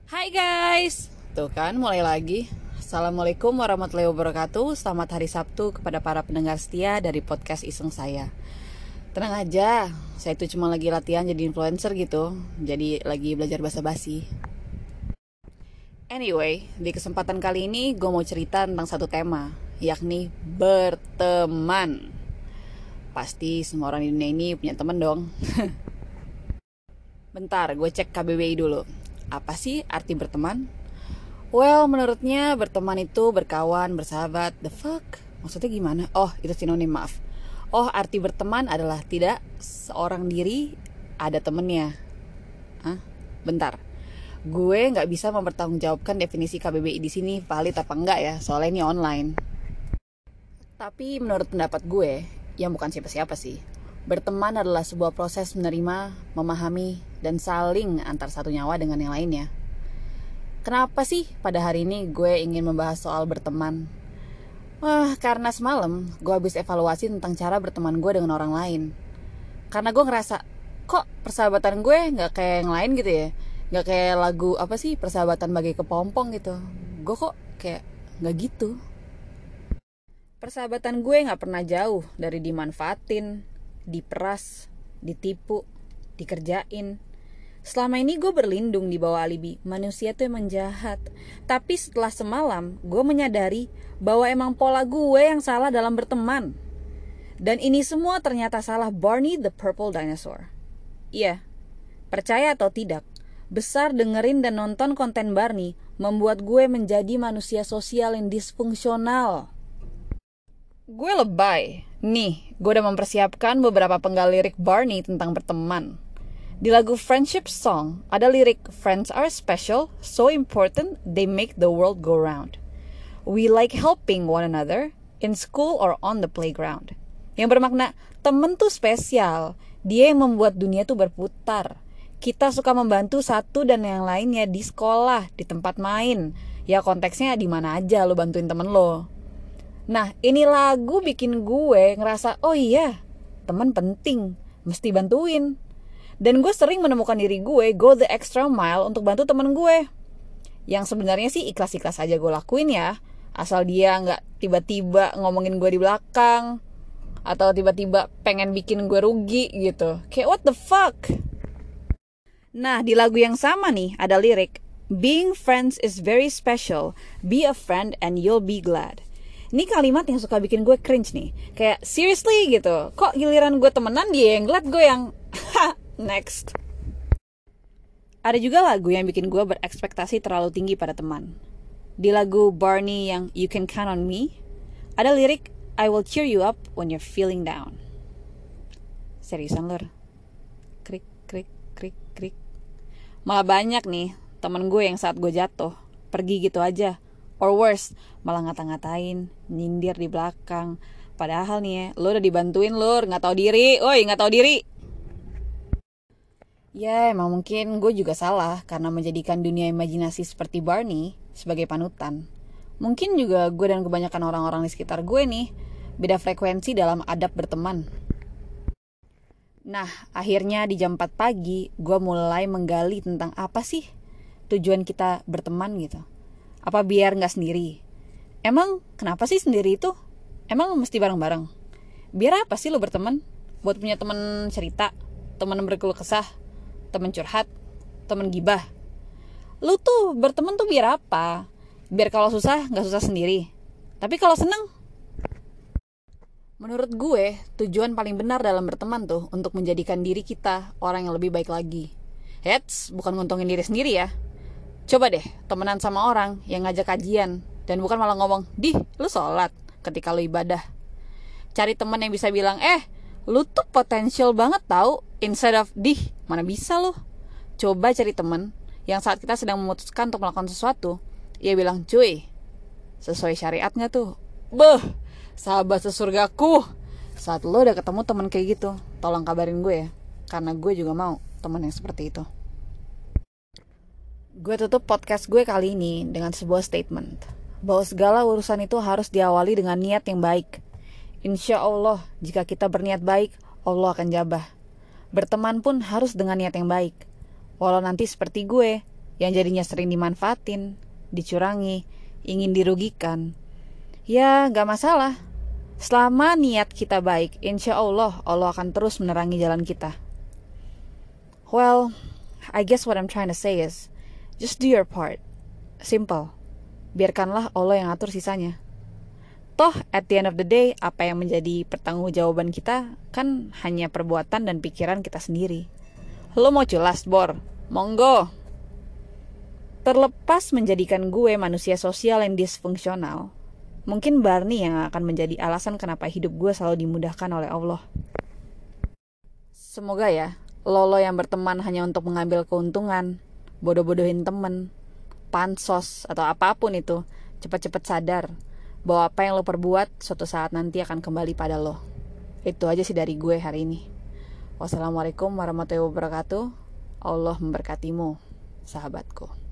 Hai guys, tuh kan mulai lagi. Assalamualaikum warahmatullahi wabarakatuh. Selamat hari Sabtu kepada para pendengar setia dari podcast iseng saya. Tenang aja, saya itu cuma lagi latihan jadi influencer gitu. Jadi lagi belajar basa-basi. Anyway, di kesempatan kali ini gue mau cerita tentang satu tema, yakni berteman. Pasti semua orang di dunia ini punya teman dong. Bentar, gue cek KBBI dulu. Apa sih arti berteman? Well, menurutnya berteman itu berkawan, bersahabat. The fuck? Maksudnya gimana? Oh, itu sinonim, maaf. Oh, arti berteman adalah tidak seorang diri ada temennya. Hah? Bentar. Gue nggak bisa mempertanggungjawabkan definisi KBBI di sini valid apa enggak ya, soalnya ini online. Tapi menurut pendapat gue, yang bukan siapa-siapa sih, berteman adalah sebuah proses menerima, memahami, dan saling antar satu nyawa dengan yang lainnya. Kenapa sih pada hari ini gue ingin membahas soal berteman? Karena semalam gue habis evaluasi tentang cara berteman gue dengan orang lain. Karena gue ngerasa, kok persahabatan gue gak kayak yang lain gitu ya? Gak kayak lagu apa sih, persahabatan bagai kepompong gitu. Gue kok kayak gak gitu. Persahabatan gue gak pernah jauh dari dimanfaatin, diperas, ditipu, dikerjain. Selama ini gue berlindung di bawah alibi manusia tuh emang jahat. Tapi setelah semalam gue menyadari bahwa emang pola gue yang salah dalam berteman. Dan ini semua ternyata salah Barney the Purple Dinosaur. Iya, percaya atau tidak, besar dengerin dan nonton konten Barney membuat gue menjadi manusia sosial yang disfungsional. Gue lebay. Nih, gue udah mempersiapkan beberapa penggal lirik Barney tentang berteman. Di lagu Friendship Song, ada lirik Friends are special, so important, they make the world go round. We like helping one another, in school or on the playground. Yang bermakna, temen tuh spesial, dia yang membuat dunia tuh berputar. Kita suka membantu satu dan yang lainnya di sekolah, di tempat main. Ya konteksnya di mana aja lo bantuin temen lo. Nah, ini lagu bikin gue ngerasa, oh iya, teman penting, mesti bantuin. Dan gue sering menemukan diri gue go the extra mile untuk bantu temen gue. Yang sebenarnya sih ikhlas-ikhlas aja gue lakuin ya. Asal dia gak tiba-tiba ngomongin gue di belakang. Atau tiba-tiba pengen bikin gue rugi gitu. Kayak what the fuck? Nah, di lagu yang sama nih ada lirik, Being friends is very special. Be a friend and you'll be glad. Ini kalimat yang suka bikin gue cringe nih. Kayak seriously gitu. Kok giliran gue temenan dia yang glad, gue yang next. Ada juga lagu yang bikin gue berekspektasi terlalu tinggi pada teman. Di lagu Barney yang You Can Count on Me, ada lirik I will cheer you up when you're feeling down. Seriusan lur? Krik, krik, krik, krik. Malah banyak nih temen gue yang saat gue jatuh pergi gitu aja. Or worse, malah ngata-ngatain, nyindir di belakang. Padahal nih ya, lo udah dibantuin lur, gak tahu diri. Oi, gak tahu diri. Ya emang mungkin gue juga salah karena menjadikan dunia imajinasi seperti Barney sebagai panutan. Mungkin juga gue dan kebanyakan orang-orang di sekitar gue nih beda frekuensi dalam adab berteman. Nah, akhirnya di jam 4 pagi gue mulai menggali tentang apa sih tujuan kita berteman gitu. Apa biar gak sendiri? Emang kenapa sih sendiri itu? Emang mesti bareng-bareng? Biar apa sih lo berteman? Buat punya teman cerita, teman berkeluh kesah, teman curhat, teman gibah. Lu tuh berteman tuh biar apa? Biar kalau susah gak susah sendiri. Tapi kalau seneng, menurut gue tujuan paling benar dalam berteman tuh untuk menjadikan diri kita orang yang lebih baik lagi. Heads, bukan nguntungin diri sendiri ya. Coba deh temenan sama orang yang ngajak kajian dan bukan malah ngomong, "Dih, lu sholat" ketika lu ibadah. Cari temen yang bisa bilang, lu tuh potensial banget tau, instead of, "Dih, mana bisa lu." Coba cari temen yang saat kita sedang memutuskan untuk melakukan sesuatu, ia bilang, "Cuy, sesuai syariatnya tuh." Beuh, sahabat sesurgaku. Saat lu udah ketemu temen kayak gitu, tolong kabarin gue ya, karena gue juga mau temen yang seperti itu. Gue tutup podcast gue kali ini dengan sebuah statement bahwa segala urusan itu harus diawali dengan niat yang baik. Insya Allah, jika kita berniat baik, Allah akan jabah. Berteman pun harus dengan niat yang baik. Walau nanti seperti gue, yang jadinya sering dimanfaatin, dicurangi, ingin dirugikan. Ya gak masalah. Selama niat kita baik, insya Allah Allah akan terus menerangi jalan kita. Well, I guess what I'm trying to say is, just do your part. Simple. Biarkanlah Allah yang atur sisanya. Toh, at the end of the day, apa yang menjadi pertanggungjawaban kita kan hanya perbuatan dan pikiran kita sendiri. Lo mau culas, Bor? Monggo. Terlepas menjadikan gue manusia sosial yang disfungsional, mungkin Barney yang akan menjadi alasan kenapa hidup gue selalu dimudahkan oleh Allah. Semoga ya, lo yang berteman hanya untuk mengambil keuntungan, bodoh-bodohin temen, pansos, atau apapun itu, cepat-cepat sadar bahwa apa yang lo perbuat suatu saat nanti akan kembali pada lo. Itu aja sih dari gue hari ini. Wassalamualaikum warahmatullahi wabarakatuh. Allah memberkatimu, sahabatku.